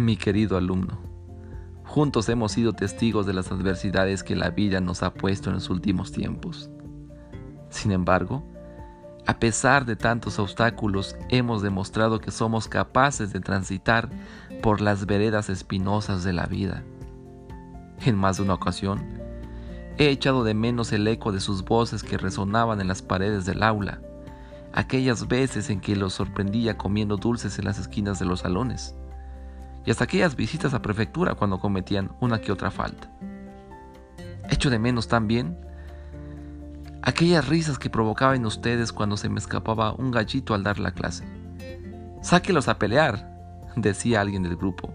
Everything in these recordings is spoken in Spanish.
Mi querido alumno, juntos hemos sido testigos de las adversidades que la vida nos ha puesto en los últimos tiempos. Sin embargo, a pesar de tantos obstáculos, hemos demostrado que somos capaces de transitar por las veredas espinosas de la vida. En más de una ocasión, he echado de menos el eco de sus voces que resonaban en las paredes del aula, aquellas veces en que los sorprendía comiendo dulces en las esquinas de los salones, y hasta aquellas visitas a prefectura cuando cometían una que otra falta. Echo de menos también aquellas risas que provocaba en ustedes cuando se me escapaba un gallito al dar la clase. «Sáquelos a pelear», decía alguien del grupo.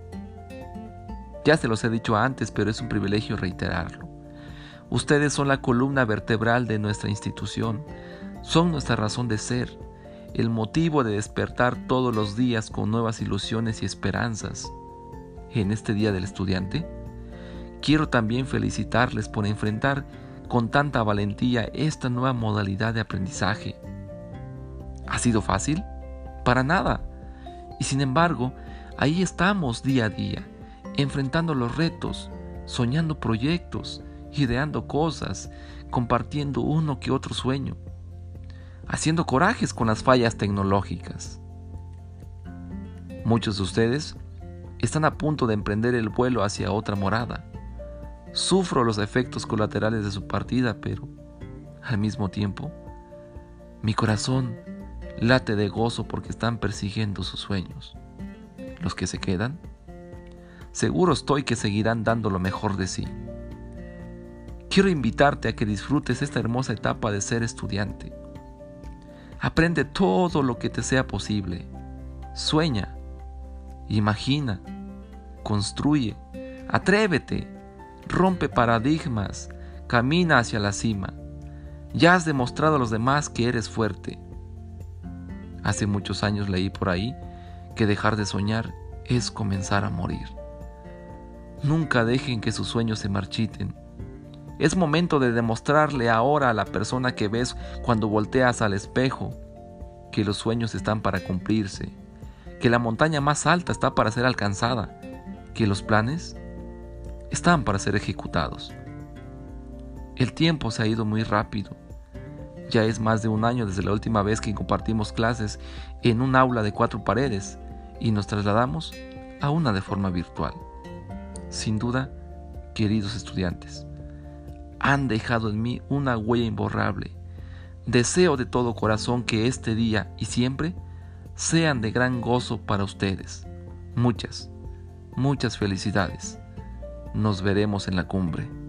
Ya se los he dicho antes, pero es un privilegio reiterarlo. Ustedes son la columna vertebral de nuestra institución, son nuestra razón de ser, el motivo de despertar todos los días con nuevas ilusiones y esperanzas. En este Día del Estudiante, quiero también felicitarles por enfrentar con tanta valentía esta nueva modalidad de aprendizaje. ¿Ha sido fácil? Para nada. Y sin embargo, ahí estamos día a día, enfrentando los retos, soñando proyectos, ideando cosas, compartiendo uno que otro sueño, haciendo corajes con las fallas tecnológicas. Muchos de ustedes están a punto de emprender el vuelo hacia otra morada. Sufro los efectos colaterales de su partida, pero al mismo tiempo, mi corazón late de gozo porque están persiguiendo sus sueños. Los que se quedan, seguro estoy que seguirán dando lo mejor de sí. Quiero invitarte a que disfrutes esta hermosa etapa de ser estudiante. Aprende todo lo que te sea posible. Sueña, imagina, construye, atrévete, rompe paradigmas, camina hacia la cima. Ya has demostrado a los demás que eres fuerte. Hace muchos años leí por ahí que dejar de soñar es comenzar a morir. Nunca dejen que sus sueños se marchiten. Es momento de demostrarle ahora a la persona que ves cuando volteas al espejo que los sueños están para cumplirse, que la montaña más alta está para ser alcanzada, que los planes están para ser ejecutados. El tiempo se ha ido muy rápido. Ya es más de un año desde la última vez que compartimos clases en un aula de 4 paredes y nos trasladamos a una de forma virtual. Sin duda, queridos estudiantes, han dejado en mí una huella imborrable. Deseo de todo corazón que este día y siempre sean de gran gozo para ustedes. Muchas felicidades. Nos veremos en la cumbre.